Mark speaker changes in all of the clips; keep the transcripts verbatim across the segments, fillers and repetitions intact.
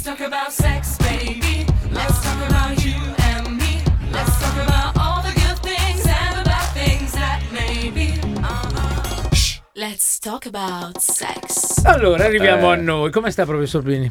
Speaker 1: talk about sex, baby. Let's talk about you and me. Let's talk about all the good things and the bad things that may be. Uh-huh. Shh, let's talk about sex.
Speaker 2: Allora, arriviamo
Speaker 3: Eh.
Speaker 2: a noi. Come sta, professor Bini?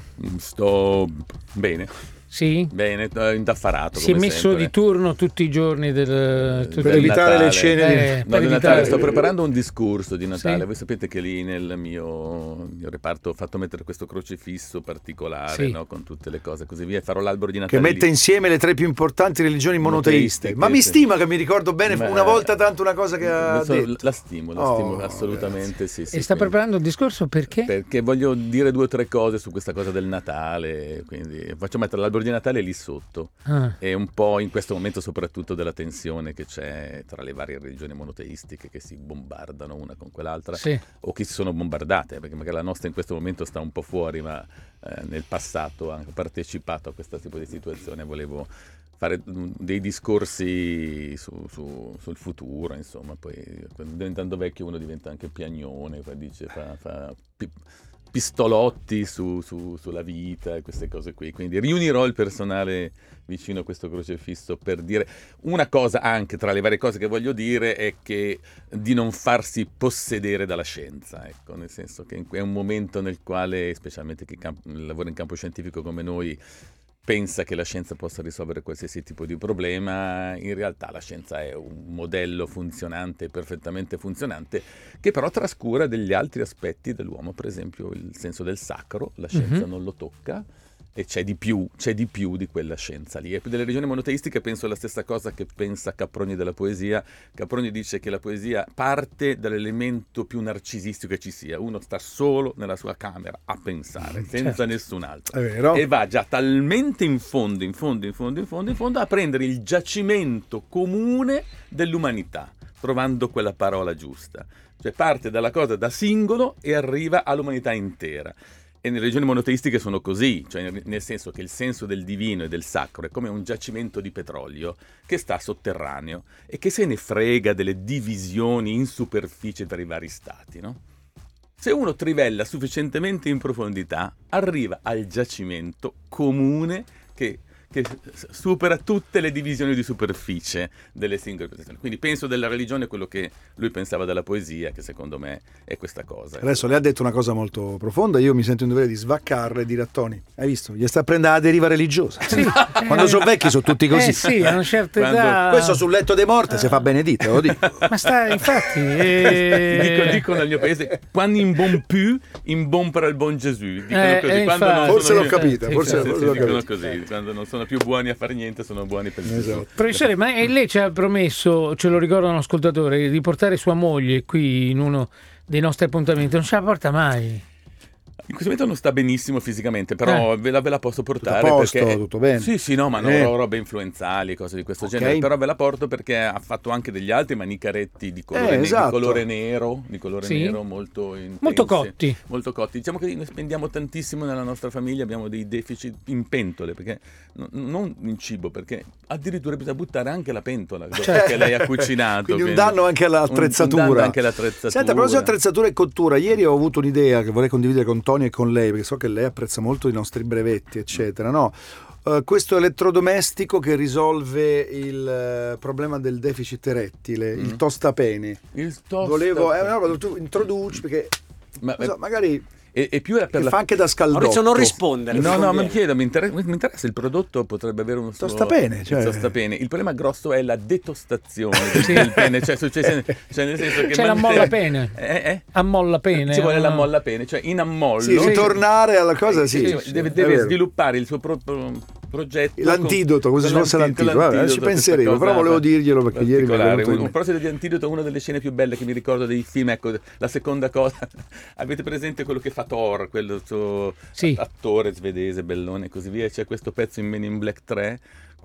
Speaker 3: Sto bene.
Speaker 2: Sì?
Speaker 3: Bene, indaffarato.
Speaker 2: Si è
Speaker 3: come
Speaker 2: messo
Speaker 3: sempre.
Speaker 2: di turno tutti i giorni del... tutti
Speaker 3: Per
Speaker 2: i-
Speaker 3: evitare
Speaker 4: Natale.
Speaker 3: le cene
Speaker 2: Eh,
Speaker 3: di...
Speaker 2: per
Speaker 3: no, di
Speaker 2: evitare-
Speaker 3: Natale. Sto preparando un discorso di Natale.
Speaker 2: Sì.
Speaker 3: Voi sapete che lì nel mio, mio reparto ho fatto mettere questo crocefisso particolare,
Speaker 2: Sì.
Speaker 3: no? Con tutte le cose così via. E farò l'albero di
Speaker 4: Che
Speaker 3: Natale
Speaker 4: mette
Speaker 3: lì.
Speaker 4: insieme le tre più importanti religioni monoteiste.
Speaker 3: Monoteiste,
Speaker 4: Ma
Speaker 3: che-
Speaker 4: mi stima che mi ricordo bene
Speaker 3: Ma-
Speaker 4: una volta tanto una cosa che ha
Speaker 3: Lo so,
Speaker 4: detto.
Speaker 3: La stimo, la
Speaker 4: Oh,
Speaker 3: stimo assolutamente, sì, sì,
Speaker 2: E sta
Speaker 3: quindi-
Speaker 2: preparando un discorso perché?
Speaker 3: Perché voglio dire due o tre cose su questa cosa del Natale, quindi faccio mettere l'albero di Natale lì sotto.
Speaker 2: Ah,
Speaker 3: E un po' in questo momento soprattutto della tensione che c'è tra le varie religioni monoteistiche che si bombardano una con quell'altra,
Speaker 2: sì.
Speaker 3: o che si sono bombardate, perché magari la nostra in questo momento sta un po' fuori, ma eh, nel passato ha partecipato a questo tipo di situazione. Volevo fare mm, dei discorsi su- su- sul futuro, insomma. Poi diventando vecchio uno diventa anche piagnone, poi dice, fa, fa pi- pistolotti su- su- sulla vita e queste cose qui. Quindi riunirò il personale vicino a questo crocefisso per dire una cosa. Anche tra le varie cose che voglio dire è che di non farsi possedere dalla scienza, ecco, nel senso che è un momento nel quale, specialmente chi camp- lavora in campo scientifico come noi, pensa che la scienza possa risolvere qualsiasi tipo di problema. In realtà la scienza è un modello funzionante, perfettamente funzionante, che però trascura degli altri aspetti dell'uomo, per esempio il senso del sacro. La scienza
Speaker 2: Mhm.
Speaker 3: non lo tocca, e c'è di più, c'è di più di quella scienza lì. E delle religioni monoteistiche penso la stessa cosa che pensa Caproni della poesia. Caproni dice che la poesia parte dall'elemento più narcisistico che ci sia. Uno sta solo nella sua camera a pensare, senza
Speaker 2: Certo.
Speaker 3: nessun altro.
Speaker 4: È vero?
Speaker 3: E va già talmente in fondo, in fondo, in fondo, in fondo, in fondo, a prendere il giacimento comune dell'umanità, trovando quella parola giusta. Cioè parte dalla cosa da singolo e arriva all'umanità intera. E nelle religioni monoteistiche sono così, cioè nel senso che il senso del divino e del sacro è come un giacimento di petrolio che sta sotterraneo e che se ne frega delle divisioni in superficie tra i vari stati, no? Se uno trivella sufficientemente in profondità, arriva al giacimento comune che, che supera tutte le divisioni di superficie delle singole posizioni. Quindi penso della religione quello che lui pensava della poesia, che secondo me è questa cosa.
Speaker 4: Adesso lei ha detto una cosa molto profonda, io mi sento in dovere di svaccarla e dire a Tony, hai visto? Gli sta prendendo la deriva religiosa. Quando sono vecchi sono tutti così.
Speaker 2: Eh sì, a una certa
Speaker 3: Quando-
Speaker 2: età...
Speaker 4: Questo sul letto dei morti si fa benedito, lo dico.
Speaker 2: Ma sta, infatti... eh,
Speaker 3: Dico, dicono nel mio paese, quando in bon più, in bon per il buon Gesù. Dicono
Speaker 2: Eh,
Speaker 3: così.
Speaker 2: eh,
Speaker 3: Quando
Speaker 2: infatti.
Speaker 3: non
Speaker 4: Forse
Speaker 3: sono-
Speaker 4: l'ho capita,
Speaker 2: sì,
Speaker 4: forse,
Speaker 3: Sì,
Speaker 4: forse
Speaker 3: sì,
Speaker 4: l'ho
Speaker 3: dicono
Speaker 4: capita.
Speaker 3: così, quando non sono più buoni a fare niente, sono buoni per Gesù.
Speaker 4: Esatto.
Speaker 2: Professore, ma eh, lei ci ha promesso, ce lo ricorda un ascoltatore, di portare sua moglie qui in uno dei nostri appuntamenti. Non ce la porta mai.
Speaker 3: In questo momento non sta benissimo fisicamente, però ve, la, ve la posso portare.
Speaker 4: Tutto a posto,
Speaker 3: perché...
Speaker 4: tutto bene.
Speaker 3: Sì, sì, no, ma non
Speaker 4: Eh.
Speaker 3: ho robe influenzali, cose di questo
Speaker 4: Ok.
Speaker 3: genere. Però ve la porto perché ha fatto anche degli altri manicaretti di colore,
Speaker 4: Eh,
Speaker 3: ne-
Speaker 4: esatto.
Speaker 3: di colore nero, di colore
Speaker 2: Sì.
Speaker 3: nero molto intensi.
Speaker 2: Molto cotti.
Speaker 3: Molto cotti. Diciamo che noi spendiamo tantissimo nella nostra famiglia, abbiamo dei deficit in pentole, perché n- non in cibo, perché addirittura bisogna buttare anche la pentola dopo che lei ha cucinato.
Speaker 4: Quindi un danno anche all'attrezzatura.
Speaker 3: Un, un danno anche all'attrezzatura.
Speaker 4: Senta, a proposito di attrezzatura e cottura, ieri ho avuto un'idea che vorrei condividere con Tony e con lei, perché so che lei apprezza molto i nostri brevetti, eccetera, no? Uh, questo elettrodomestico che risolve il eh, problema del deficit erettile,
Speaker 3: Mm.
Speaker 4: il tostapene.
Speaker 3: Il tosta-
Speaker 4: Volevo, è una roba che tu introduci perché
Speaker 3: Ma-
Speaker 4: non so, magari
Speaker 3: e, e più è per
Speaker 4: che
Speaker 3: la...
Speaker 4: fa anche da scaldotto.
Speaker 5: Maurizio, non rispondere.
Speaker 3: No,
Speaker 5: non
Speaker 3: no,
Speaker 5: conviene.
Speaker 3: mi chiedo, mi interessa, mi interessa, il prodotto potrebbe avere uno suo...
Speaker 4: Tostapene,
Speaker 3: il
Speaker 4: cioè-
Speaker 3: tostapene. Il problema grosso è la detostazione del, del pene, cioè, succede, cioè nel senso che...
Speaker 2: C'è la
Speaker 3: mantiene-
Speaker 2: molla pene.
Speaker 3: Eh, eh?
Speaker 2: Ammolla pene.
Speaker 3: Ci vuole la
Speaker 2: no?
Speaker 3: molla pene, cioè in ammollo...
Speaker 4: Sì, ritornare alla cosa, sì.
Speaker 3: Cioè,
Speaker 4: sì,
Speaker 3: deve
Speaker 4: è
Speaker 3: deve
Speaker 4: vero.
Speaker 3: sviluppare il suo pro- pro- progetto...
Speaker 4: L'antidoto, come se
Speaker 3: con-
Speaker 4: fosse l'antidoto. Vabbè,
Speaker 3: l'antidoto,
Speaker 4: ci
Speaker 3: questa
Speaker 4: penseremo,
Speaker 3: cosa
Speaker 4: però volevo dirglielo perché ieri mi è
Speaker 3: particolare.
Speaker 4: venuto in
Speaker 3: Un, un
Speaker 4: mente.
Speaker 3: proposito di antidoto, una delle scene più belle che mi ricordo dei film, ecco, la seconda cosa, avete presente quello che fa Thor, quello suo
Speaker 2: Sì.
Speaker 3: attore svedese, bellone e così via, c'è questo pezzo in Men in Black tre,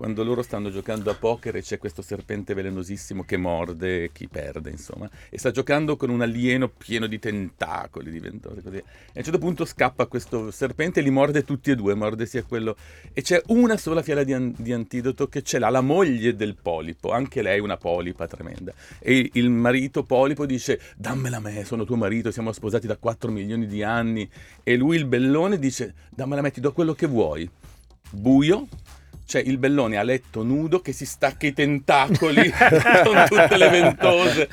Speaker 3: quando loro stanno giocando a poker e c'è questo serpente velenosissimo che morde chi perde, insomma, e sta giocando con un alieno pieno di tentacoli, di ventosi, così. E a un certo punto scappa questo serpente e li morde tutti e due, morde sia quello, e c'è una sola fiala di, an- di antidoto che ce l'ha la moglie del polipo, anche lei una polipa tremenda, e il marito polipo dice: dammela a me, sono tuo marito, siamo sposati da quattro milioni di anni, e lui il bellone dice: dammela a me, ti do quello che vuoi. Buio, c'è il bellone a letto nudo che si stacca i tentacoli con tutte le ventose.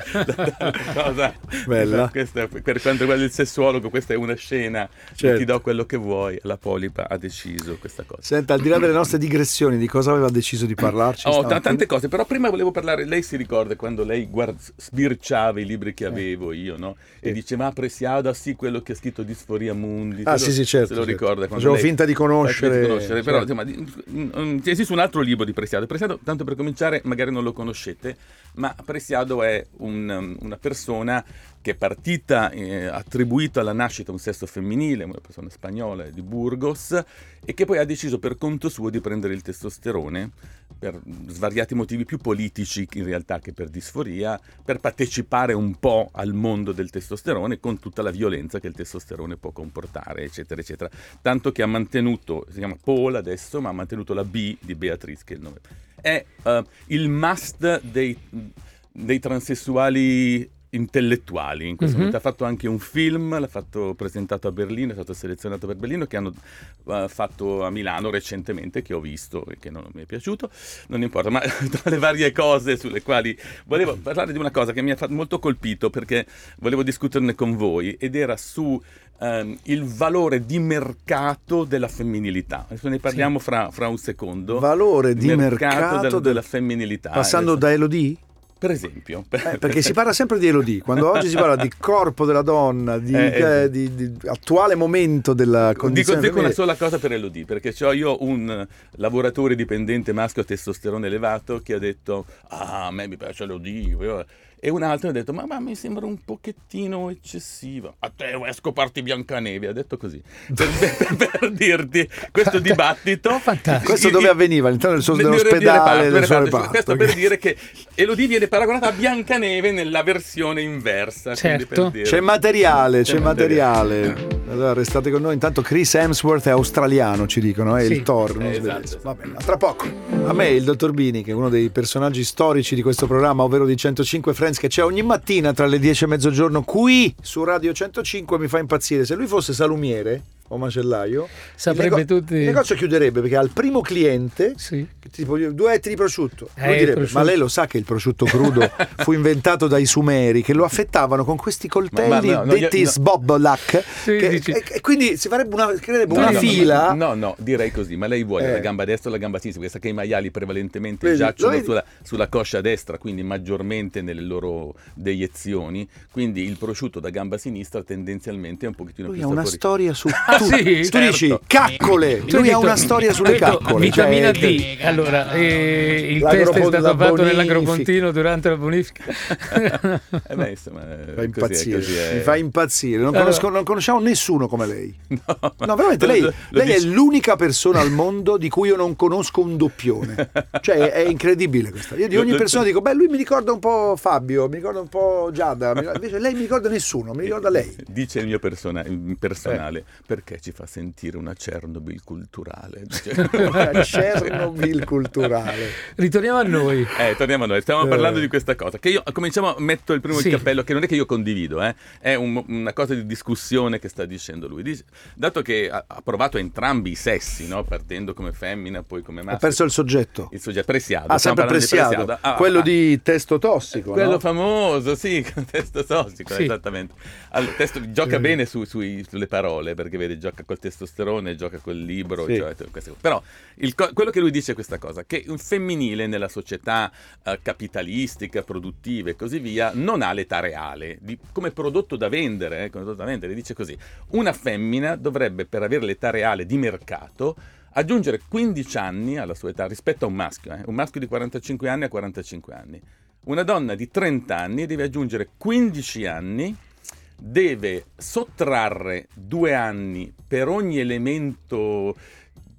Speaker 3: Cosa
Speaker 4: bella.
Speaker 3: Questa, per quanto riguarda il sessuologo, questa è una scena,
Speaker 4: certo.
Speaker 3: Ti do quello che vuoi. La polipa ha deciso questa cosa.
Speaker 4: Senta, al di là delle nostre digressioni, di cosa aveva deciso di parlarci?
Speaker 3: Oh, t- tante cose, però prima volevo parlare. Lei si ricorda quando lei guard- sbirciava i libri che avevo io, no? E sì. diceva: ah, Presiado, sì, quello che ha scritto Disforia Mundi.
Speaker 4: Ah,
Speaker 3: se
Speaker 4: sì,
Speaker 3: lo,
Speaker 4: sì, certo.
Speaker 3: Se lo
Speaker 4: certo.
Speaker 3: ricorda.
Speaker 4: Facevo
Speaker 3: lei,
Speaker 4: finta di conoscere.
Speaker 3: Di conoscere
Speaker 4: certo.
Speaker 3: Però, insomma, di, esiste un altro libro di Presiado. Presiado, tanto per cominciare, magari non lo conoscete, ma Presiado è un, una persona che è partita, eh, attribuita alla nascita a un sesso femminile, una persona spagnola di Burgos, e che poi ha deciso per conto suo di prendere il testosterone per svariati motivi più politici in realtà che per disforia, per partecipare un po' al mondo del testosterone con tutta la violenza che il testosterone può comportare, eccetera, eccetera. Tanto che ha mantenuto, si chiama Paul adesso, ma ha mantenuto la B di Beatrice, che è il nome. È uh, il must dei, dei transessuali intellettuali in questo mm-hmm. momento. Ha fatto anche un film, l'ha fatto presentato a Berlino, è stato selezionato per Berlino, che hanno uh, fatto a Milano recentemente, che ho visto e che non mi è piaciuto, non importa, ma tra le varie cose sulle quali volevo parlare di una cosa che mi ha fatto molto colpito, perché volevo discuterne con voi, ed era su um, il valore di mercato della femminilità. Adesso ne parliamo sì. fra, fra un secondo.
Speaker 4: Valore di mercato,
Speaker 3: mercato del,
Speaker 4: del...
Speaker 3: della femminilità.
Speaker 4: Passando da Elodie?
Speaker 3: Per esempio.
Speaker 4: Eh, perché si parla sempre di Elodie, quando oggi si parla di corpo della donna, di, eh, eh, di, di attuale momento della condizione.
Speaker 3: Dico, dico una sola cosa per Elodie, perché ho io un lavoratore dipendente maschio a testosterone elevato che ha detto: ah, a me mi piace Elodie. E un altro ha detto: ma, ma mi sembra un pochettino eccessiva. A te vuoi scoparti Biancaneve? Ha detto così. Per, per, per dirti questo dibattito.
Speaker 4: Fantastico. Questo dove avveniva? All'interno del suo dell'ospedale? Del suo reparto.
Speaker 3: Questo per dire che Elodie viene paragonata a Biancaneve nella versione inversa.
Speaker 2: Certo.
Speaker 3: Per
Speaker 4: c'è materiale, c'è, c'è materiale. materiale. Allora restate con noi. Intanto Chris Hemsworth è australiano, ci dicono, è sì. il Thor.
Speaker 3: Eh, esatto.
Speaker 4: Va bene, tra poco. A me il dottor Bini, che è uno dei personaggi storici di questo programma, ovvero di centocinque Friends, che c'è ogni mattina tra le dieci e mezzogiorno qui su Radio centocinque, mi fa impazzire. Se lui fosse salumiere o macellaio,
Speaker 2: saprebbe
Speaker 4: il, nego-
Speaker 2: tutti...
Speaker 4: il negozio chiuderebbe, perché al primo cliente
Speaker 2: sì.
Speaker 4: tipo due etti di prosciutto,
Speaker 2: eh,
Speaker 4: lui direbbe:
Speaker 2: prosciutto.
Speaker 4: ma lei lo sa che il prosciutto crudo fu inventato dai Sumeri, che lo affettavano con questi coltelli ma, ma no, detti no, sbobbolak,
Speaker 2: sì,
Speaker 4: che, e, e quindi si farebbe una, creerebbe
Speaker 3: no,
Speaker 4: una
Speaker 3: no,
Speaker 4: fila.
Speaker 3: No, no, direi così, ma lei vuole eh. la gamba destra o la gamba sinistra? Perché sa che i maiali prevalentemente
Speaker 4: vedi,
Speaker 3: giacciono sulla, sulla coscia destra, quindi maggiormente nelle loro deiezioni, quindi il prosciutto da gamba sinistra tendenzialmente è un pochettino
Speaker 4: lui
Speaker 3: più
Speaker 4: ha una
Speaker 3: sapori-
Speaker 4: storia su
Speaker 2: ah,
Speaker 4: tu,
Speaker 2: sì,
Speaker 4: tu
Speaker 2: certo.
Speaker 4: dici caccole,
Speaker 2: tu
Speaker 4: lui ha
Speaker 2: detto,
Speaker 4: una storia sulle
Speaker 2: detto,
Speaker 4: caccole,
Speaker 2: vitamina
Speaker 4: cioè,
Speaker 2: D. Allora, eh, il
Speaker 4: L'agro-
Speaker 2: test è stato
Speaker 4: la
Speaker 2: fatto
Speaker 4: bonifica.
Speaker 2: nell'agropontino durante la bonifica.
Speaker 3: eh beh, insomma,
Speaker 4: mi fa impazzire,
Speaker 3: così è, così è.
Speaker 4: mi fa impazzire. Non,
Speaker 2: Allora,
Speaker 4: conosco, non conosciamo nessuno come lei.
Speaker 3: No,
Speaker 4: no veramente lei,
Speaker 3: lo, lo
Speaker 4: lei
Speaker 3: dici...
Speaker 4: è l'unica persona al mondo di cui io non conosco un doppione. Cioè è incredibile questa. Io di ogni persona dico: beh, lui mi ricorda un po' Fabio, mi ricorda un po' Giada, mi ricorda... invece lei mi ricorda nessuno, mi ricorda lei.
Speaker 3: Dice il mio persona- personale,
Speaker 4: eh.
Speaker 3: perché ci fa sentire una Chernobyl culturale.
Speaker 4: Chernobyl culturale.
Speaker 2: Ritorniamo a noi.
Speaker 3: Eh, torniamo a noi. Stiamo
Speaker 4: eh.
Speaker 3: parlando di questa cosa. Che io cominciamo, metto il primo
Speaker 2: sì.
Speaker 3: il cappello, che non è che io condivido, eh. È un, una cosa di discussione che sta dicendo lui. Dice, dato che ha, ha provato entrambi i sessi, no? Partendo come femmina, poi come maschio.
Speaker 4: Ha perso il soggetto.
Speaker 3: Il soggetto Presiado.
Speaker 4: Ah, sempre Presiado.
Speaker 3: Ah,
Speaker 4: quello
Speaker 3: ah,
Speaker 4: di testo tossico.
Speaker 3: Quello
Speaker 4: no?
Speaker 3: famoso, sì, testo tossico, sì. esattamente. Allora, testo, gioca
Speaker 4: sì.
Speaker 3: bene su, sui, sulle parole, perché vede, gioca col testosterone, gioca col libro,
Speaker 4: sì.
Speaker 3: cioè, queste, però il, quello che lui dice è questa cosa, che un femminile nella società uh, capitalistica, produttiva e così via, non ha l'età reale, di, come prodotto da vendere, eh, come prodotto da vendere, dice così: una femmina dovrebbe, per avere l'età reale di mercato, aggiungere quindici anni alla sua età rispetto a un maschio, eh? un maschio di quarantacinque anni a quarantacinque anni. Una donna di trenta anni deve aggiungere quindici anni, deve sottrarre due anni per ogni elemento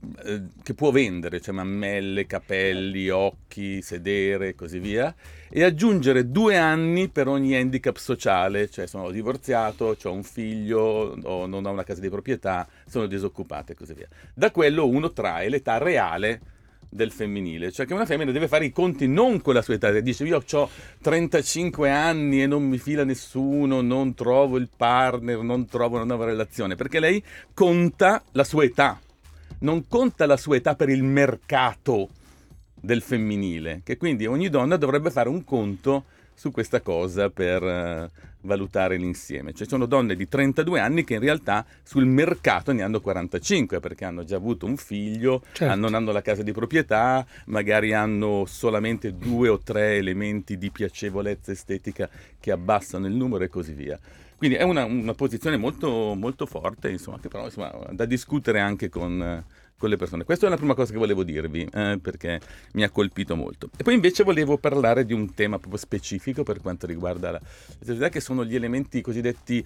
Speaker 3: eh, che può vendere, cioè mammelle, capelli, occhi, sedere e così via, e aggiungere due anni per ogni handicap sociale, cioè sono divorziato, ho un figlio, o non ho una casa di proprietà, sono disoccupato e così via. Da quello uno trae l'età reale del femminile, cioè che una femmina deve fare i conti non con la sua età, dice io ho trentacinque anni e non mi fila nessuno, non trovo il partner, non trovo una nuova relazione, perché lei conta la sua età, non conta la sua età per il mercato del femminile, che quindi ogni donna dovrebbe fare un conto su questa cosa per uh, valutare l'insieme. Cioè sono donne di trentadue anni che in realtà sul mercato ne hanno quarantacinque, perché hanno già avuto un figlio,
Speaker 2: certo.
Speaker 3: non hanno la casa di proprietà, magari hanno solamente due o tre elementi di piacevolezza estetica che abbassano il numero e così via. Quindi è una, una posizione molto, molto forte, insomma, che però insomma, da discutere anche con, con le persone. Questa è la prima cosa che volevo dirvi, eh, perché mi ha colpito molto. E poi invece volevo parlare di un tema proprio specifico per quanto riguarda la sessualità, che sono gli elementi cosiddetti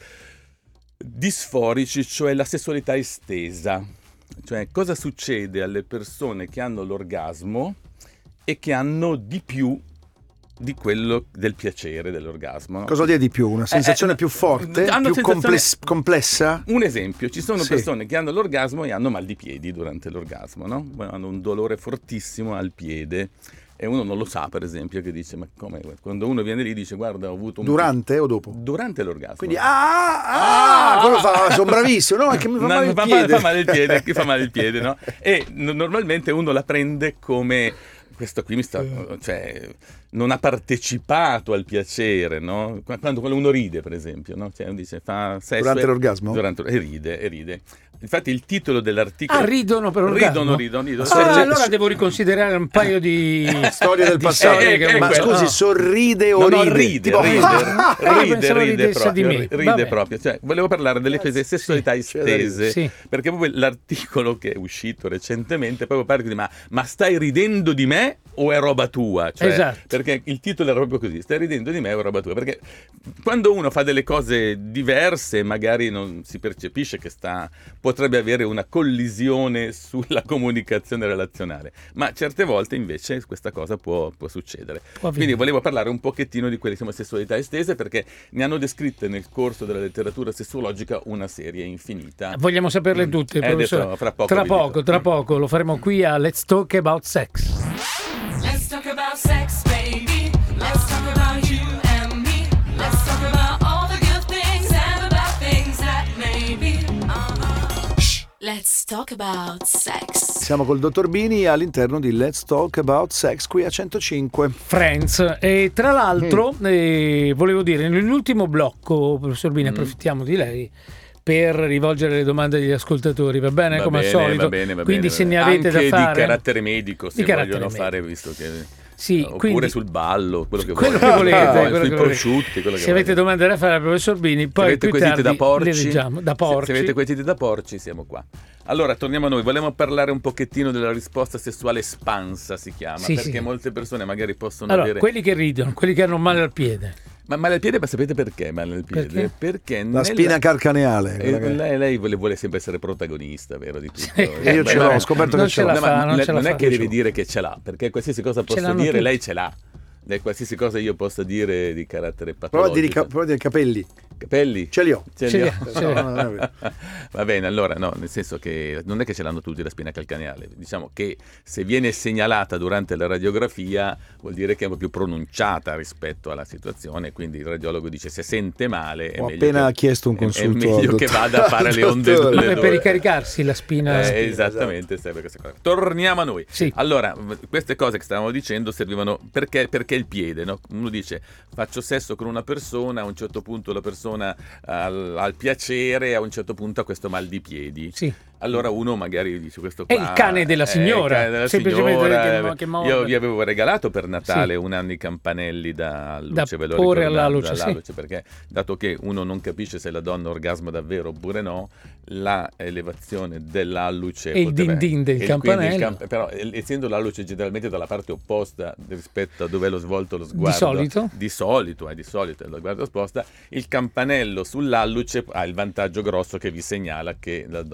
Speaker 3: disforici, cioè la sessualità estesa. Cioè cosa succede alle persone che hanno l'orgasmo e che hanno di più di quello del piacere dell'orgasmo, no?
Speaker 4: Cosa vuol dire di più? Una sensazione
Speaker 3: eh,
Speaker 4: più forte,
Speaker 3: hanno
Speaker 4: più
Speaker 3: sensazione...
Speaker 4: comples- complessa?
Speaker 3: Un esempio, ci sono
Speaker 4: Sì.
Speaker 3: persone che hanno l'orgasmo e hanno mal di piedi durante l'orgasmo, no? Hanno un dolore fortissimo al piede e uno non lo sa, per esempio, che dice ma come? Quando uno viene lì dice guarda ho avuto un...
Speaker 4: Durante o dopo?
Speaker 3: Durante l'orgasmo.
Speaker 4: Quindi ah, ah, ah quello fa, sono bravissimo, no? È che mi fa
Speaker 3: No,
Speaker 4: male il
Speaker 3: fa,
Speaker 4: piede.
Speaker 3: fa male il piede, chi fa male il piede, no? E n- normalmente uno la prende come questo qui mi sta, cioè non ha partecipato al piacere, no? Quando uno ride, per esempio, no? Cioè, dice fa sesso
Speaker 4: Durante
Speaker 3: e,
Speaker 4: l'orgasmo?
Speaker 3: Durante, e ride, e ride. Infatti il titolo dell'articolo...
Speaker 2: Ah, ridono per l'orgasmo?
Speaker 3: Ridono, ridono, ridono.
Speaker 2: Ah,
Speaker 3: Cioè,
Speaker 2: allora devo riconsiderare un paio di
Speaker 4: storie del
Speaker 2: di
Speaker 4: passato.
Speaker 2: storie
Speaker 3: Eh,
Speaker 2: che
Speaker 3: eh,
Speaker 2: ho-
Speaker 4: Ma
Speaker 3: quello.
Speaker 4: scusi,
Speaker 2: no.
Speaker 4: sorride o
Speaker 3: No, no,
Speaker 4: ride?
Speaker 3: ride,
Speaker 4: Tipo,
Speaker 3: ride,
Speaker 4: ah,
Speaker 2: ah,
Speaker 3: ride,
Speaker 2: pensavo
Speaker 3: ride
Speaker 2: ridesse di
Speaker 3: proprio,
Speaker 2: me.
Speaker 3: ride
Speaker 2: Vabbè.
Speaker 3: proprio. Cioè, volevo parlare delle
Speaker 4: Grazie.
Speaker 3: sessualità
Speaker 4: Sì,
Speaker 3: estese,
Speaker 2: sì.
Speaker 3: perché proprio l'articolo che è uscito recentemente proprio parla di ma, ma stai ridendo di me o è roba tua? Cioè,
Speaker 2: Esatto.
Speaker 3: perché il titolo era proprio così, stai ridendo di me o è roba tua? Perché quando uno fa delle cose diverse magari non si percepisce che sta potrebbe avere una collisione sulla comunicazione relazionale, ma certe volte invece questa cosa può, può succedere.
Speaker 2: Può
Speaker 3: Quindi volevo parlare un pochettino di quelle che sono sessualità estese, perché ne hanno descritte nel corso della letteratura sessuologica una serie infinita.
Speaker 2: Vogliamo saperle tutte,
Speaker 3: Eh,
Speaker 2: professore.
Speaker 3: adesso, fra poco
Speaker 2: tra
Speaker 3: vi dico.
Speaker 2: poco, tra poco lo faremo qui a Let's Talk About Sex.
Speaker 1: Let's talk about sex, baby. Let's talk about you and me. Let's talk about all the good things and the bad things that may be. Uh-huh. Shh. Let's talk about sex.
Speaker 4: Siamo col dottor Bini all'interno di Let's Talk About Sex qui a centocinque.
Speaker 2: Friends. E tra l'altro, eh, volevo dire, nell'ultimo blocco, professor Bini,
Speaker 3: Mm.
Speaker 2: approfittiamo di lei per rivolgere le domande agli ascoltatori, va bene?
Speaker 3: Va
Speaker 2: Come
Speaker 3: bene,
Speaker 2: al solito.
Speaker 3: va bene, va
Speaker 2: Quindi
Speaker 3: bene,
Speaker 2: se
Speaker 3: va
Speaker 2: ne
Speaker 3: bene.
Speaker 2: avete
Speaker 3: Anche
Speaker 2: da fare
Speaker 3: di carattere medico, se
Speaker 2: Di carattere
Speaker 3: vogliono fare,
Speaker 2: medico.
Speaker 3: visto che
Speaker 2: Sì,
Speaker 3: oppure
Speaker 2: quindi-
Speaker 3: sul ballo, quello che
Speaker 2: quello
Speaker 3: vogliono.
Speaker 2: che volete,
Speaker 3: Ah,
Speaker 2: quello
Speaker 3: sui
Speaker 2: che volete.
Speaker 3: prosciutti, quello che
Speaker 2: se avete
Speaker 3: vogliono.
Speaker 2: domande da fare al professor Bini,
Speaker 3: Se
Speaker 2: poi
Speaker 3: avete
Speaker 2: più
Speaker 3: quesiti
Speaker 2: tardi
Speaker 3: da porci,
Speaker 2: le leggiamo. Da
Speaker 3: se-
Speaker 2: porci.
Speaker 3: Se, avete quesiti da porci, siamo qua. Allora, torniamo a noi. Volevamo parlare un pochettino della risposta sessuale espansa, si chiama,
Speaker 2: Sì,
Speaker 3: perché
Speaker 2: sì.
Speaker 3: molte persone magari possono
Speaker 2: Allora,
Speaker 3: avere...
Speaker 2: quelli che ridono, quelli che hanno male al piede.
Speaker 3: Ma male al piede, ma sapete perché male al piede?
Speaker 2: Perché?
Speaker 3: Perché
Speaker 4: La
Speaker 3: nella-
Speaker 4: spina carcaneale.
Speaker 3: Eh,
Speaker 4: quella che-
Speaker 3: lei, lei vuole, vuole sempre essere protagonista, vero? Di tutto.
Speaker 2: Sì.
Speaker 3: Eh,
Speaker 4: Io
Speaker 3: beh,
Speaker 4: ce
Speaker 3: ma-
Speaker 4: l'ho, ho scoperto
Speaker 2: non
Speaker 4: che
Speaker 2: ce
Speaker 4: ce
Speaker 2: la
Speaker 4: l'ho.
Speaker 3: No,
Speaker 2: fa,
Speaker 3: ma
Speaker 2: non
Speaker 3: le-
Speaker 2: ce la
Speaker 3: non è
Speaker 2: fa.
Speaker 3: che devi dire che ce l'ha, perché qualsiasi cosa posso
Speaker 2: l'hanno
Speaker 3: dire,
Speaker 2: tutti.
Speaker 3: lei ce l'ha. Lei qualsiasi cosa io possa dire di carattere
Speaker 4: Prova a
Speaker 3: patologico.
Speaker 4: dire i ca- prova a dire i capelli.
Speaker 3: Capelli?
Speaker 4: Ce li ho.
Speaker 3: Ce
Speaker 2: Ce
Speaker 3: li
Speaker 2: li
Speaker 3: ho.
Speaker 2: ha, ce li ha.
Speaker 4: No, non è vero.
Speaker 3: Va bene, allora no, nel senso che non è che ce l'hanno tutti la spina calcaneale, diciamo che se viene segnalata durante la radiografia vuol dire che è un po' più pronunciata rispetto alla situazione, quindi il radiologo dice se sente male è
Speaker 4: Ho
Speaker 3: meglio
Speaker 4: appena
Speaker 3: che,
Speaker 4: chiesto un
Speaker 3: è-
Speaker 4: consulto
Speaker 3: è meglio
Speaker 4: al
Speaker 3: che
Speaker 4: dottor-
Speaker 3: vada a fare le onde
Speaker 4: dottore.
Speaker 3: delle
Speaker 2: Come
Speaker 3: due.
Speaker 2: per ricaricarsi la spina.
Speaker 3: Eh,
Speaker 4: spina,
Speaker 3: esattamente, serve queste cose. Torniamo a noi.
Speaker 2: Sì.
Speaker 3: Allora, v- queste cose che stavamo dicendo servivano perché, perché il piede, no? Uno dice faccio sesso con una persona, a un certo punto la persona al, al piacere, a un certo punto ha questo mal di piedi.
Speaker 2: Sì.
Speaker 3: Allora uno magari dice questo
Speaker 2: È
Speaker 3: qua
Speaker 2: il cane della
Speaker 3: è
Speaker 2: signora,
Speaker 3: il cane della
Speaker 2: semplicemente
Speaker 3: signora,
Speaker 2: che-
Speaker 3: eh,
Speaker 2: che morde.
Speaker 3: io vi avevo regalato per Natale
Speaker 2: Sì.
Speaker 3: un anno i campanelli da luce,
Speaker 2: Da
Speaker 3: ve lo
Speaker 2: porre
Speaker 3: ricordate,
Speaker 2: alla luce,
Speaker 3: dalla
Speaker 2: sì.
Speaker 3: luce, perché dato che uno non capisce se la donna orgasma davvero oppure no, la elevazione dell'alluce
Speaker 2: E il
Speaker 3: potrebbe-
Speaker 2: din din del
Speaker 3: e quindi il
Speaker 2: campanello.
Speaker 3: camp- però eh, essendo l'alluce generalmente dalla parte opposta rispetto a dove è lo svolto lo sguardo,
Speaker 2: solito?
Speaker 3: di solito, eh, di solito è lo sguardo opposta, il campanello sull'alluce ha il vantaggio grosso che vi segnala che la donna non sta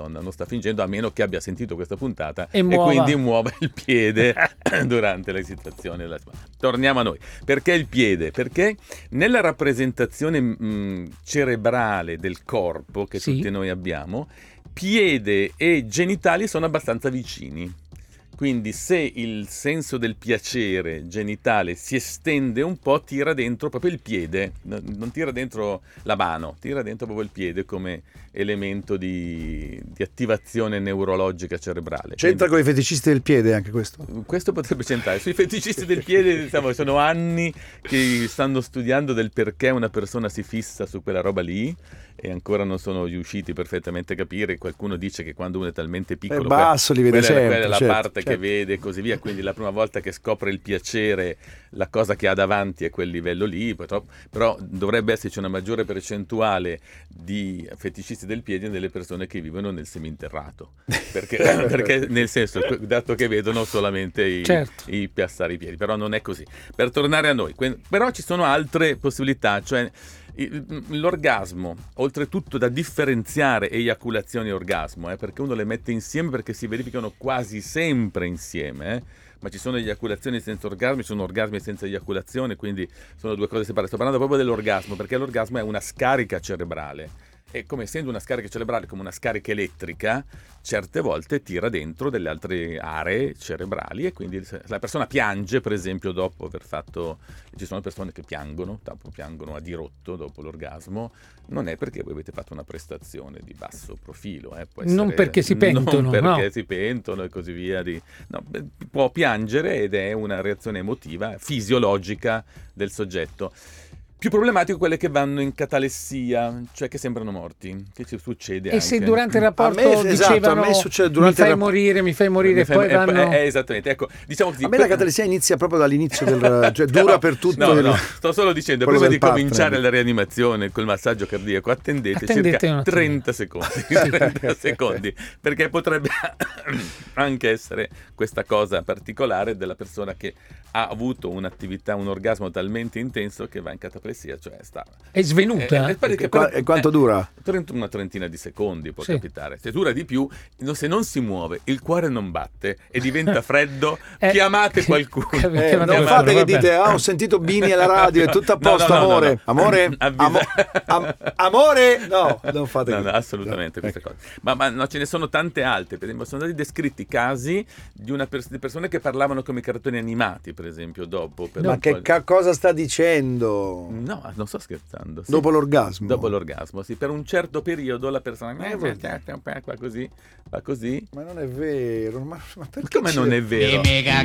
Speaker 3: fingendo, a meno che abbia sentito questa puntata
Speaker 2: E
Speaker 3: e,
Speaker 2: muova.
Speaker 3: quindi muova il piede durante la situazione. Torniamo a noi. Perché il piede? Perché nella rappresentazione mh, cerebrale del corpo che
Speaker 2: Sì.
Speaker 3: tutti noi abbiamo, piede e genitali sono abbastanza vicini. Quindi se il senso del piacere genitale si estende un po', tira dentro proprio il piede, non non tira dentro la mano, tira dentro proprio il piede come elemento di, di attivazione neurologica cerebrale.
Speaker 4: C'entra
Speaker 3: Quindi,
Speaker 4: con i feticisti del piede anche questo?
Speaker 3: questo potrebbe centrare. Sui feticisti del piede, diciamo, sono anni che stanno studiando del perché una persona si fissa su quella roba lì e ancora non sono riusciti perfettamente a capire. Qualcuno dice che quando uno è talmente piccolo,
Speaker 4: È basso, li vede
Speaker 3: quella,
Speaker 4: sempre,
Speaker 3: quella è la
Speaker 4: certo,
Speaker 3: parte
Speaker 4: certo.
Speaker 3: che vede e così via, quindi la prima volta che scopre il piacere, la cosa che ha davanti è quel livello lì, però, però dovrebbe esserci una maggiore percentuale di feticisti del piede nelle persone che vivono nel seminterrato, perché, perché nel senso, dato che vedono solamente i,
Speaker 2: Certo.
Speaker 3: i piazzare i piedi, però non è così. Per tornare a noi, que- però ci sono altre possibilità, cioè il- l'orgasmo, oltretutto da differenziare eiaculazione e orgasmo, eh, perché uno le mette insieme perché si verificano quasi sempre insieme, eh, ma ci sono eiaculazioni senza orgasmi, ci sono orgasmi senza eiaculazione, quindi sono due cose separate. Sto parlando proprio dell'orgasmo, perché l'orgasmo è una scarica cerebrale. E come essendo una scarica cerebrale come una scarica elettrica, certe volte tira dentro delle altre aree cerebrali e quindi se la persona piange, per esempio, dopo aver fatto, ci sono persone che piangono, dopo piangono a dirotto dopo l'orgasmo, non è perché voi avete fatto una prestazione di basso profilo, eh, può
Speaker 2: Non
Speaker 3: essere-
Speaker 2: perché si pentono,
Speaker 3: non perché
Speaker 2: no.
Speaker 3: si pentono e così via, di, no, beh, può piangere ed è una reazione emotiva fisiologica del soggetto. Più problematico quelle che vanno in catalessia, cioè che sembrano morti, che ci succede
Speaker 2: E
Speaker 3: anche.
Speaker 2: se durante il rapporto
Speaker 4: A me- esatto,
Speaker 2: dicevano
Speaker 4: a me succede
Speaker 2: mi
Speaker 4: durante
Speaker 2: fai
Speaker 4: il rap-
Speaker 2: morire, mi fai morire
Speaker 3: Mi
Speaker 2: e
Speaker 3: fai-
Speaker 2: poi
Speaker 3: eh,
Speaker 2: vanno...
Speaker 3: eh, esattamente, ecco, diciamo così.
Speaker 4: A me la catalessia inizia proprio dall'inizio del... cioè dura
Speaker 3: No,
Speaker 4: per tutto
Speaker 3: no,
Speaker 4: il...
Speaker 3: no, sto solo dicendo,
Speaker 4: quello
Speaker 3: prima di
Speaker 4: del partner.
Speaker 3: cominciare la rianimazione col massaggio cardiaco, attendete,
Speaker 2: Attendete un
Speaker 3: circa
Speaker 2: attimo.
Speaker 3: trenta secondi, trenta secondi, perché potrebbe anche essere questa cosa particolare della persona che ha avuto un'attività, un orgasmo talmente intenso che va in catalessia, cioè sta...
Speaker 2: È svenuta?
Speaker 3: Eh, eh, perché
Speaker 4: E qua-
Speaker 3: per-
Speaker 4: e quanto
Speaker 3: eh,
Speaker 4: dura?
Speaker 3: trenta una trentina di secondi può
Speaker 2: Sì.
Speaker 3: capitare. Se dura di più, no, se non si muove, il cuore non batte e diventa freddo,
Speaker 2: Eh,
Speaker 3: chiamate qualcuno.
Speaker 2: Cap-
Speaker 4: Eh,
Speaker 2: chiamate
Speaker 4: non
Speaker 2: qualcuno,
Speaker 4: fate che
Speaker 2: vabbè.
Speaker 4: dite, ah, ho sentito Bini alla radio, è tutto a
Speaker 3: No, no,
Speaker 4: posto,
Speaker 3: no, no,
Speaker 4: amore.
Speaker 3: no.
Speaker 4: Amore?
Speaker 3: Avvisa-
Speaker 4: Amo- am- amore? No, non fate
Speaker 3: No,
Speaker 4: così.
Speaker 3: no, assolutamente
Speaker 4: No.
Speaker 3: queste cose. Ma, ma no, ce ne sono tante altre. Per esempio, sono stati descritti casi di, una pers- di persone che parlavano come cartoni animati, per esempio, dopo. Per
Speaker 4: Ma
Speaker 3: un
Speaker 4: che
Speaker 3: po'-
Speaker 4: ca- cosa sta dicendo?
Speaker 3: No, non sto scherzando. sì.
Speaker 4: Dopo l'orgasmo?
Speaker 3: Dopo l'orgasmo, sì. Per un certo periodo la persona
Speaker 4: Eh, vuol
Speaker 3: fa così, fa così.
Speaker 4: Ma non è vero, ma, ma perché
Speaker 3: Come
Speaker 4: ci-
Speaker 3: non è vero?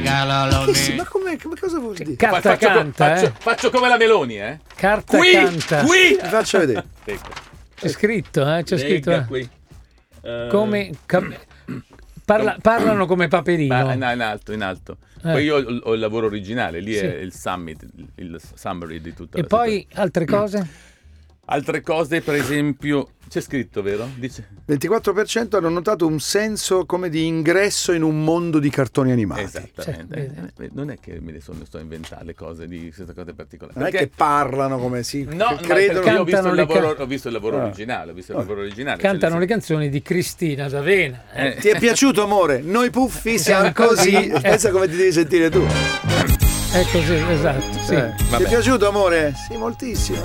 Speaker 4: Ma che si- ma come, come cosa vuol dire?
Speaker 2: Carta
Speaker 3: Fa- faccio, co-
Speaker 2: canta,
Speaker 3: faccio-
Speaker 2: eh.
Speaker 3: faccio come la Meloni, eh.
Speaker 2: Carta
Speaker 3: Qui,
Speaker 2: canta.
Speaker 3: qui.
Speaker 4: Vi faccio vedere.
Speaker 3: Ecco.
Speaker 2: C'è scritto, eh? C'è
Speaker 3: Legga
Speaker 2: scritto. eh.
Speaker 3: qui. Eh,
Speaker 2: Come... cap- parla- parlano come Paperino.
Speaker 3: Ma, no, in alto, in alto.
Speaker 2: Eh.
Speaker 3: Poi io ho, ho il lavoro originale, lì
Speaker 2: Sì.
Speaker 3: è il summit, il, il summary di tutta
Speaker 2: E
Speaker 3: la
Speaker 2: poi
Speaker 3: situazione.
Speaker 2: altre cose?
Speaker 3: Altre cose, per esempio, c'è scritto, vero? Dice
Speaker 4: ventiquattro per cento hanno notato un senso come di ingresso in un mondo di cartoni animati.
Speaker 3: esattamente.
Speaker 2: Cioè,
Speaker 3: Eh, non è che me ne sono, sto a inventare le cose di queste cose particolari.
Speaker 4: Non è che parlano come si
Speaker 3: No,
Speaker 4: che
Speaker 3: no,
Speaker 4: credono.
Speaker 3: perché io ho visto
Speaker 2: Cantano
Speaker 3: il
Speaker 2: le
Speaker 3: lavoro,
Speaker 2: ca-
Speaker 3: ho visto il lavoro
Speaker 4: Ah.
Speaker 3: originale, ho visto il
Speaker 4: Ah.
Speaker 3: lavoro originale.
Speaker 2: Cantano
Speaker 3: cioè,
Speaker 2: le canzoni di Cristina D'Avena. eh.
Speaker 3: eh,
Speaker 4: Ti è piaciuto, amore? Noi puffi siamo
Speaker 2: Siamo
Speaker 4: così.
Speaker 2: così.
Speaker 4: Pensa come ti devi sentire tu.
Speaker 2: È così, esatto. Sì.
Speaker 4: Eh, Ti
Speaker 3: Vabbè.
Speaker 4: è piaciuto, amore? Sì, moltissimo.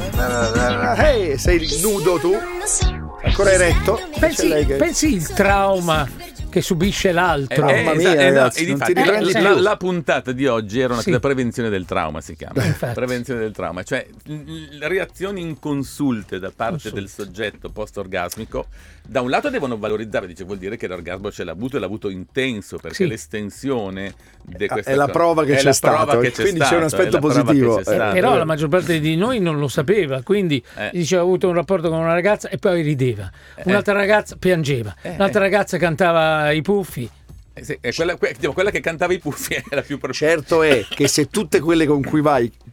Speaker 4: Ehi, sei nudo tu? Ancora eretto?
Speaker 2: Pensi,
Speaker 4: C'è lei che-
Speaker 2: pensi il trauma che subisce l'altro?
Speaker 3: Eh,
Speaker 4: Mamma
Speaker 3: eh,
Speaker 4: mia,
Speaker 3: esa- eh, no,
Speaker 4: ragazzi,
Speaker 3: e
Speaker 4: non
Speaker 3: difatti,
Speaker 4: ti riprendi
Speaker 3: la,
Speaker 2: più.
Speaker 3: la- la puntata di oggi era una
Speaker 2: Sì.
Speaker 3: la prevenzione del trauma, si chiama.
Speaker 2: Infatti.
Speaker 3: Prevenzione del trauma, cioè l- l- le reazioni inconsulte da parte
Speaker 2: Consulte.
Speaker 3: del soggetto post-orgasmico, da un lato devono valorizzare, dice, vuol dire che l'orgasmo ce l'ha avuto e l'ha avuto intenso, perché
Speaker 2: Sì.
Speaker 3: l'estensione di
Speaker 4: Ah,
Speaker 3: questa
Speaker 4: è la
Speaker 3: cosa-
Speaker 4: prova che
Speaker 3: è
Speaker 4: c'è
Speaker 3: la
Speaker 4: stato,
Speaker 3: prova che c'è
Speaker 4: quindi c'è
Speaker 3: stato,
Speaker 4: un aspetto
Speaker 3: è la prova che
Speaker 4: positivo.
Speaker 3: c'è
Speaker 4: Eh,
Speaker 3: stato.
Speaker 2: Però la maggior parte di noi non lo sapeva, quindi
Speaker 3: Eh.
Speaker 2: diceva ho avuto un rapporto con una ragazza e poi rideva. Un'altra ragazza piangeva,
Speaker 3: Eh,
Speaker 2: un'altra ragazza cantava i puffi.
Speaker 3: Eh, sì, è quella, que- diciamo, quella che cantava i puffi era più proprio.
Speaker 4: Certo è che se tutte quelle con cui vai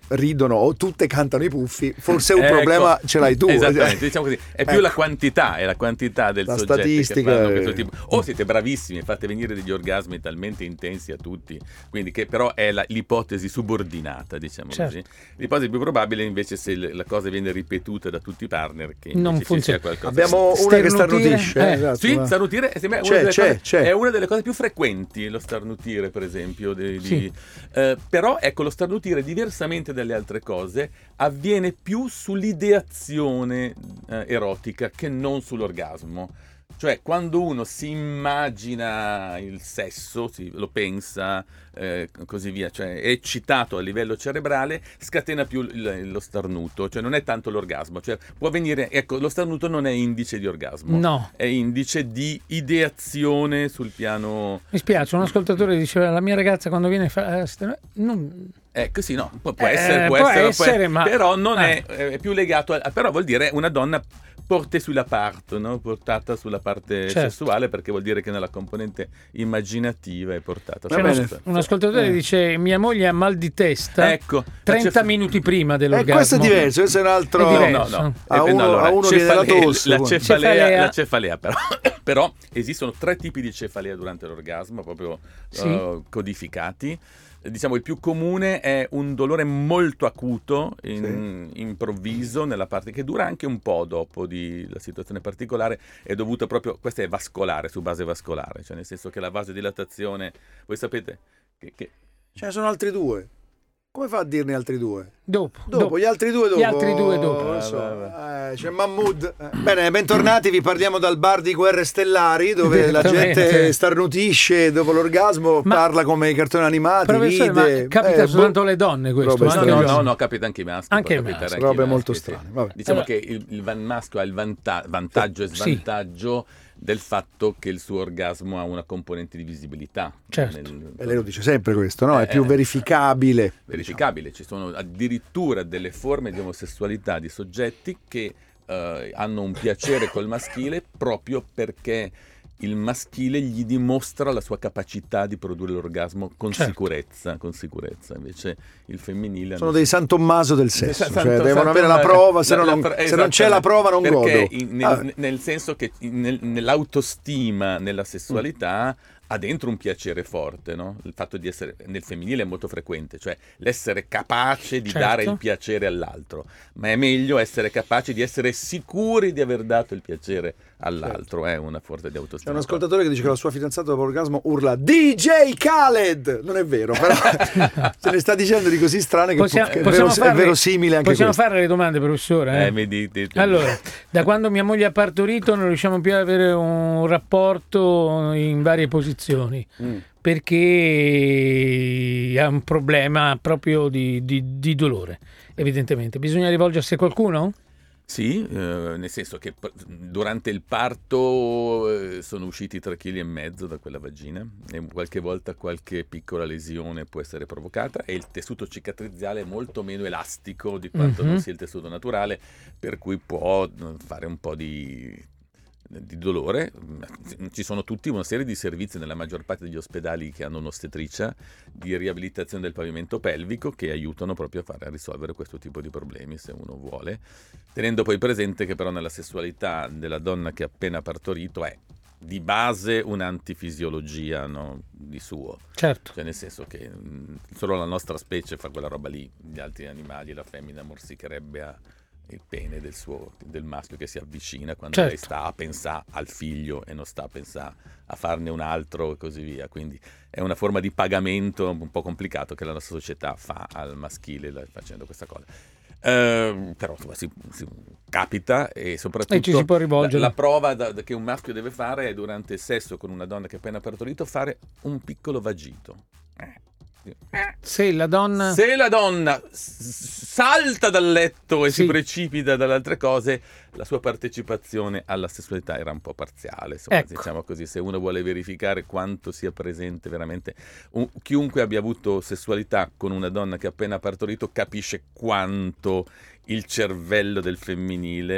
Speaker 4: ridono o tutte cantano i puffi, forse un
Speaker 3: Ecco,
Speaker 4: problema ce l'hai tu.
Speaker 3: Esattamente, diciamo così, è più
Speaker 4: Ecco.
Speaker 3: la quantità, è la quantità del
Speaker 4: La
Speaker 3: soggetto
Speaker 4: statistica,
Speaker 3: che fanno
Speaker 4: eh.
Speaker 3: questo tipo. O siete bravissimi e fate venire degli orgasmi talmente intensi a tutti, quindi che però è la- l'ipotesi subordinata, diciamo
Speaker 2: Certo.
Speaker 3: così. L'ipotesi più probabile invece se le- la cosa viene ripetuta da tutti i partner che
Speaker 2: Non
Speaker 3: invece ci
Speaker 2: funziona.
Speaker 3: sia qualcosa.
Speaker 4: Abbiamo una che
Speaker 2: Sternutire?
Speaker 4: starnutisce.
Speaker 2: Eh.
Speaker 4: esatto,
Speaker 3: Sì,
Speaker 4: ma-
Speaker 3: starnutire è, sembra una
Speaker 4: C'è,
Speaker 3: delle
Speaker 4: c'è,
Speaker 3: cose-
Speaker 4: c'è.
Speaker 3: è una delle cose più frequenti, lo starnutire per esempio. di- di-
Speaker 2: Sì.
Speaker 3: eh, però ecco, lo starnutire diversamente dalle altre cose avviene più sull'ideazione eh, erotica che non sull'orgasmo. Cioè, quando uno si immagina il sesso, si- lo pensa, eh, così via, cioè è eccitato a livello cerebrale, scatena più il- lo starnuto, cioè non è tanto l'orgasmo, cioè può venire, ecco, lo starnuto non è indice di orgasmo,
Speaker 2: No.
Speaker 3: è indice di ideazione sul piano.
Speaker 2: Mi spiace, un ascoltatore diceva la mia ragazza quando viene fa... eh, non...
Speaker 3: Ecco, sì, no, può, può
Speaker 2: Eh,
Speaker 3: essere, può
Speaker 2: può
Speaker 3: essere, può
Speaker 2: essere,
Speaker 3: essere,
Speaker 2: ma-
Speaker 3: però non
Speaker 2: eh.
Speaker 3: è, è più legato a, però vuol dire una donna portée sulla parte, no? Portata sulla parte
Speaker 2: Certo.
Speaker 3: sessuale, perché vuol dire che nella componente immaginativa è portata
Speaker 2: C'è
Speaker 3: sulla
Speaker 2: uno-
Speaker 3: parte.
Speaker 2: un ascoltatore
Speaker 4: Eh.
Speaker 2: dice mia moglie ha mal di testa
Speaker 3: Ecco,
Speaker 2: trenta
Speaker 3: la cef-
Speaker 2: minuti prima
Speaker 4: Eh,
Speaker 2: dell'orgasmo.
Speaker 4: questo è diverso, questo è un altro.
Speaker 2: È
Speaker 3: No,
Speaker 2: diverso.
Speaker 3: no,
Speaker 4: A
Speaker 3: Eh,
Speaker 4: uno-
Speaker 3: allora,
Speaker 4: a uno viene la
Speaker 3: cefalea-
Speaker 4: tosse,
Speaker 3: la
Speaker 4: poi.
Speaker 3: cefalea,
Speaker 2: Cefalea.
Speaker 3: la cefalea però, però esistono tre tipi di cefalea durante l'orgasmo, proprio
Speaker 2: Sì.
Speaker 3: eh, codificati. Diciamo il più comune è un dolore molto acuto, in- improvviso, nella parte che dura anche un po' dopo di la situazione particolare, è dovuto proprio, questa è vascolare, su base vascolare, cioè nel senso che la vasodilatazione, voi sapete che, che
Speaker 4: Ce ne sono altri due. Come fa a dirne altri due?
Speaker 2: Dopo,
Speaker 4: Dopo,
Speaker 2: dopo.
Speaker 4: gli altri due dopo.
Speaker 2: Gli altri due dopo.
Speaker 4: Non so.
Speaker 3: Eh,
Speaker 4: Eh, c'è Mahmood. Eh, Bene, bentornati, vi parliamo dal bar di Guerre Stellari dove la
Speaker 2: Esattamente.
Speaker 4: gente starnutisce dopo l'orgasmo,
Speaker 2: Ma-
Speaker 4: parla come i cartoni animati,
Speaker 2: Professore,
Speaker 4: ride.
Speaker 2: ma capita
Speaker 4: Eh,
Speaker 2: soltanto
Speaker 4: boh,
Speaker 2: alle donne questo?
Speaker 4: robe
Speaker 3: No,
Speaker 2: anche
Speaker 3: no,
Speaker 2: agli
Speaker 3: no,
Speaker 2: uomini?
Speaker 3: no, capita anche ai maschi.
Speaker 2: Anche
Speaker 3: può
Speaker 2: ai
Speaker 3: capitare
Speaker 2: maschi.
Speaker 3: anche ai
Speaker 4: Robe molto
Speaker 3: maschi, sì.
Speaker 4: strane, vabbè.
Speaker 3: Diciamo
Speaker 2: Allora-
Speaker 3: che il, il van- maschio ha il vanta- vantaggio e
Speaker 2: Sì.
Speaker 3: svantaggio del fatto che il suo orgasmo ha una componente di visibilità.
Speaker 2: Certo.
Speaker 3: Nel-
Speaker 4: E lei lo dice sempre questo, no? È
Speaker 3: Eh,
Speaker 4: più
Speaker 3: eh.
Speaker 4: verificabile.
Speaker 3: verificabile. Ci sono addirittura delle forme di omosessualità di soggetti che eh, hanno un piacere col maschile proprio perché il maschile gli dimostra la sua capacità di produrre l'orgasmo con
Speaker 2: Certo.
Speaker 3: sicurezza, con sicurezza. Invece il femminile
Speaker 4: Sono
Speaker 3: hanno-
Speaker 4: dei San Tommaso del sesso,
Speaker 3: Santo-
Speaker 4: cioè devono
Speaker 3: Santo-
Speaker 4: avere la prova, se,
Speaker 3: la-
Speaker 4: no
Speaker 3: la-
Speaker 4: non,
Speaker 3: la-
Speaker 4: se non c'è la prova non
Speaker 3: perché
Speaker 4: godo.
Speaker 3: in- nel,
Speaker 4: Ah,
Speaker 3: nel senso che in- nel- nell'autostima, nella sessualità ha dentro un piacere forte, no? Il fatto di essere nel femminile è molto frequente, cioè l'essere capace di
Speaker 2: Certo.
Speaker 3: dare il piacere all'altro, ma è meglio essere capaci di essere sicuri di aver dato il piacere all'altro, è una forza di
Speaker 4: C'è
Speaker 3: autostima.
Speaker 4: un ascoltatore che dice che la sua fidanzata dopo l'orgasmo urla D J Khaled! Non è vero, però se ne sta dicendo di così strane che,
Speaker 2: Possiamo-
Speaker 4: può- che è,
Speaker 2: possiamo
Speaker 4: vero- è
Speaker 2: farle-
Speaker 4: verosimile anche
Speaker 2: Possiamo
Speaker 4: questo.
Speaker 2: fare le domande, professore? eh?
Speaker 3: Eh, mi dite-
Speaker 2: Allora, da quando mia moglie ha partorito non riusciamo più ad avere un rapporto in varie posizioni
Speaker 3: Mm.
Speaker 2: perché ha un problema proprio di, di- di dolore, evidentemente. Bisogna rivolgersi a qualcuno?
Speaker 3: Sì, eh, nel senso che p- durante il parto eh, sono usciti tre chili e mezzo da quella vagina e qualche volta qualche piccola lesione può essere provocata e il tessuto cicatriziale è molto meno elastico di quanto
Speaker 2: Mhm.
Speaker 3: non sia il tessuto naturale, per cui può eh, fare un po' di di dolore. Ci sono tutti una serie di servizi nella maggior parte degli ospedali che hanno un'ostetricia di riabilitazione del pavimento pelvico che aiutano proprio a fare a risolvere questo tipo di problemi se uno vuole, tenendo poi presente che però nella sessualità della donna che ha appena partorito è di base un'antifisiologia, no? Di suo,
Speaker 2: Certo.
Speaker 3: cioè nel senso che mh, solo la nostra specie fa quella roba lì, gli altri animali, la femmina morsicherebbe a il pene del suo del maschio che si avvicina quando
Speaker 2: Certo.
Speaker 3: lei sta a pensare al figlio e non sta a pensare a farne un altro e così via, quindi è una forma di pagamento un po' complicato che la nostra società fa al maschile la- facendo questa cosa. Eh, però insomma, si, si capita e soprattutto
Speaker 2: E ci si può rivolgere.
Speaker 3: la, la prova da- da- che un maschio deve fare è durante il sesso con una donna che ha appena partorito fare un piccolo vagito. Eh.
Speaker 2: Se la donna...
Speaker 3: Se la donna s- salta dal letto e
Speaker 2: Sì.
Speaker 3: si precipita dalle altre cose, la sua partecipazione alla sessualità era un po' parziale. Insomma,
Speaker 2: Ecco.
Speaker 3: diciamo così, se uno vuole verificare quanto sia presente veramente, un- chiunque abbia avuto sessualità con una donna che ha appena partorito capisce quanto il cervello del femminile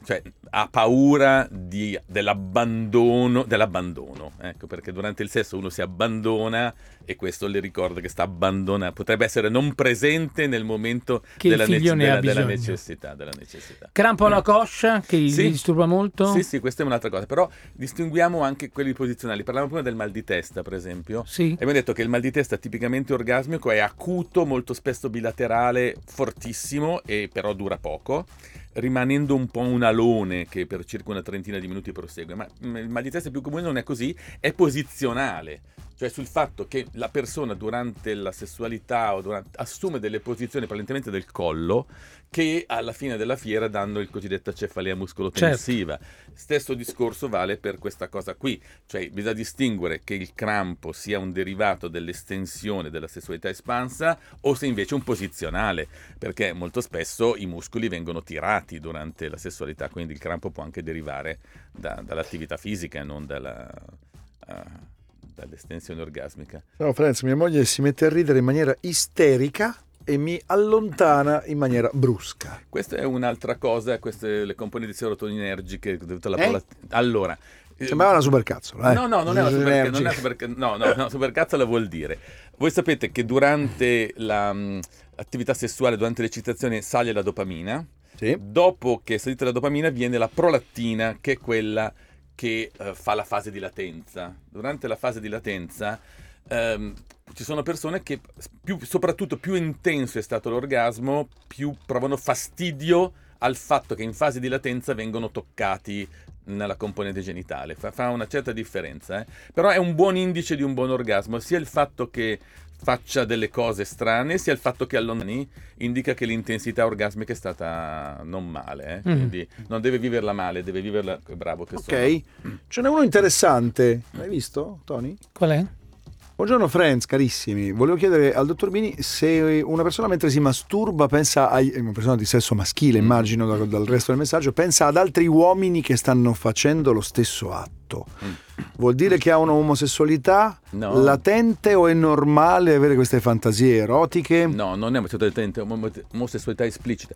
Speaker 3: cioè ha paura di, dell'abbandono, dell'abbandono, ecco, perché durante il sesso uno si abbandona e questo le ricorda che sta abbandonando, potrebbe essere non presente nel momento
Speaker 2: che
Speaker 3: della,
Speaker 2: il figlio
Speaker 3: nece-
Speaker 2: ne ha
Speaker 3: della, della
Speaker 2: bisogno.
Speaker 3: necessità, della necessità.
Speaker 2: Crampo alla coscia che
Speaker 3: Sì.
Speaker 2: gli disturba molto?
Speaker 3: Sì, sì, questa è un'altra cosa, però distinguiamo anche quelli posizionali. Parlavamo prima del mal di testa, per esempio.
Speaker 2: Sì.
Speaker 3: Abbiamo detto che il mal di testa tipicamente orgasmico è acuto, molto spesso bilaterale, fortissimo e però dura poco, rimanendo un po' un alone che per circa una trentina di minuti prosegue. Ma il mal di testa più comune non è così, è posizionale, cioè sul fatto che la persona durante la sessualità o durante, assume delle posizioni prevalentemente del collo che alla fine della fiera danno il cosiddetto cefalea muscolotensiva. Certo. Stesso discorso vale per questa cosa qui, cioè bisogna distinguere che il crampo sia un derivato dell'estensione della sessualità espansa o se invece un posizionale, perché molto spesso i muscoli vengono tirati durante la sessualità, quindi il crampo può anche derivare da, dall'attività fisica e non dalla... Uh, dall'estensione orgasmica.
Speaker 4: No, Franz, mia moglie si mette a ridere in maniera isterica e mi allontana in maniera brusca.
Speaker 3: Questa è un'altra cosa, queste le componenti serotoninergiche tutta la
Speaker 4: Eh?
Speaker 3: prola- allora
Speaker 4: sembrava una supercazzola, eh?
Speaker 3: no no non è una super, non è una super, no no no supercazzola vuol dire, voi sapete che durante la mh, attività sessuale, durante l'eccitazione sale la dopamina,
Speaker 4: Sì.
Speaker 3: dopo che è salita la dopamina viene la prolattina, che è quella che uh, fa la fase di latenza. Durante la fase di latenza um, ci sono persone che più, soprattutto più intenso è stato l'orgasmo, più provano fastidio al fatto che in fase di latenza vengono toccati nella componente genitale. Fa, fa una certa differenza, eh? Però è un buon indice di un buon orgasmo, sia il fatto che faccia delle cose strane, sia il fatto che allontani, indica che l'intensità orgasmica è stata non male, eh?
Speaker 2: Mm.
Speaker 3: Quindi non deve viverla male, deve viverla, bravo che sono.
Speaker 4: Ok, ce n'è uno interessante. L'hai visto, Tony?
Speaker 2: Qual è?
Speaker 4: Buongiorno friends, carissimi. Volevo chiedere al dottor Bini se una persona mentre si masturba pensa a una persona di sesso maschile,
Speaker 3: Mm.
Speaker 4: immagino dal, dal resto del messaggio, pensa ad altri uomini che stanno facendo lo stesso atto.
Speaker 3: Mm.
Speaker 4: Vuol dire che ha una omosessualità
Speaker 3: No.
Speaker 4: latente o è normale avere queste fantasie erotiche?
Speaker 3: No, non è omosessualità, è omosessualità esplicita.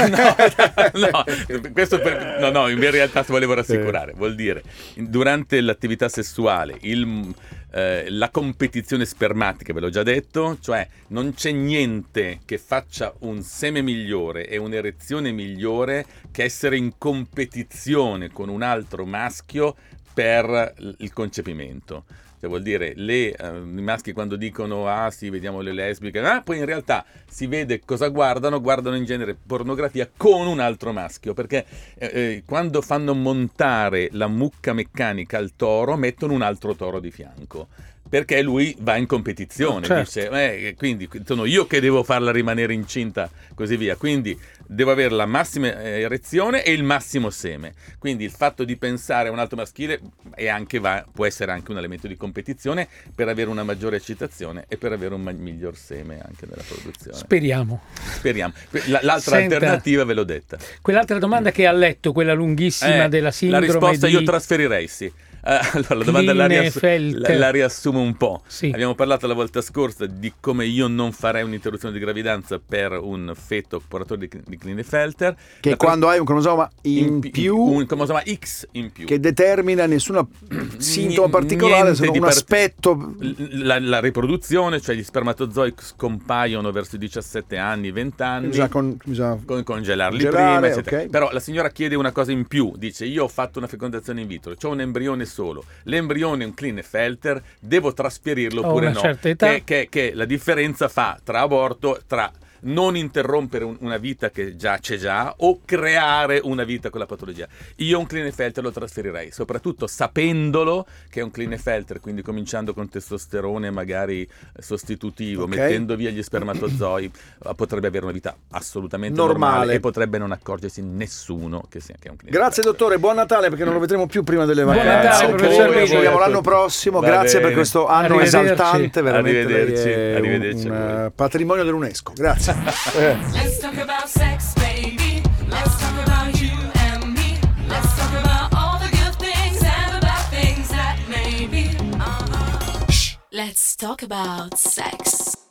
Speaker 3: No, no, no, questo per, no, no, in realtà ti volevo rassicurare. Vuol dire, durante l'attività sessuale, il, eh, la competizione spermatica, ve l'ho già detto, cioè non c'è niente che faccia un seme migliore e un'erezione migliore che essere in competizione con un altro maschio per il concepimento. Cioè vuol dire, le, uh, i maschi quando dicono ah sì, vediamo le lesbiche, ah, poi in realtà si vede cosa guardano, guardano in genere pornografia con un altro maschio, perché eh, eh, quando fanno montare la mucca meccanica al toro mettono un altro toro di fianco, perché lui va in competizione,
Speaker 2: Certo.
Speaker 3: dice eh, quindi sono io che devo farla rimanere incinta, così via, quindi devo avere la massima erezione e il massimo seme, quindi il fatto di pensare a un altro maschile è anche va, può essere anche un elemento di competizione per avere una maggiore eccitazione e per avere un ma- miglior seme anche nella produzione.
Speaker 2: Speriamo.
Speaker 3: Speriamo. L- l'altra
Speaker 2: Senta,
Speaker 3: alternativa ve l'ho detta.
Speaker 2: Quell'altra domanda che ha letto, quella lunghissima
Speaker 3: Eh,
Speaker 2: della sindrome
Speaker 3: la risposta
Speaker 2: di...
Speaker 3: io trasferirei sì. Eh, allora la domanda la, riassu-
Speaker 2: Klinefelter.
Speaker 3: la, la riassumo un po'.
Speaker 2: Sì.
Speaker 3: Abbiamo parlato la volta scorsa di come io non farei un'interruzione di gravidanza per un feto portatore di, di Klinefelter,
Speaker 4: Che
Speaker 3: La
Speaker 4: quando hai un cromosoma in,
Speaker 3: pi-
Speaker 4: più
Speaker 3: un cromosoma X in più,
Speaker 4: che determina nessun sintomo particolare,
Speaker 3: niente
Speaker 4: solo
Speaker 3: di
Speaker 4: un
Speaker 3: part-
Speaker 4: aspetto.
Speaker 3: la, la riproduzione, cioè gli spermatozoi scompaiono verso i diciassette anni, venti anni.
Speaker 4: Bisogna con- bisogna-
Speaker 3: con congelarli
Speaker 4: Congelare,
Speaker 3: prima, eccetera.
Speaker 4: ok.
Speaker 3: Però la signora chiede una cosa in più, dice io ho fatto una fecondazione in vitro, c'ho un embrione solo, l'embrione è un Klinefelter, devo trasferirlo
Speaker 2: A
Speaker 3: oppure
Speaker 2: una
Speaker 3: no?
Speaker 2: certa età.
Speaker 3: Che, che, che la differenza fa tra aborto, tra non interrompere un- una vita che già c'è già o creare una vita con la patologia. Io un Klinefelter lo trasferirei, soprattutto sapendolo che è un Klinefelter, quindi cominciando con testosterone magari sostitutivo,
Speaker 4: Ok.
Speaker 3: mettendo via gli spermatozoi, eh, potrebbe avere una vita assolutamente
Speaker 4: Normale.
Speaker 3: normale e potrebbe non accorgersi nessuno che sia che è un Klinefelter.
Speaker 4: Grazie dottore, buon Natale perché non lo vedremo più prima delle
Speaker 2: Buon
Speaker 4: vacanze.
Speaker 2: Natale,
Speaker 4: Ok,
Speaker 2: professor
Speaker 4: ci
Speaker 2: Bini.
Speaker 4: vediamo l'anno prossimo.
Speaker 3: Va
Speaker 4: Grazie
Speaker 3: bene.
Speaker 4: per questo anno
Speaker 2: Arrivederci.
Speaker 4: esaltante, veramente lei
Speaker 3: Arrivederci.
Speaker 4: è
Speaker 3: Arrivederci
Speaker 4: un,
Speaker 3: a voi.
Speaker 4: un, eh, patrimonio dell'UNESCO. Grazie. Eh.
Speaker 1: Let's talk about sex, baby. Let's talk about you and me. Let's talk about all the good things and the bad things that may be. Uh-huh. Shh. Let's talk about sex.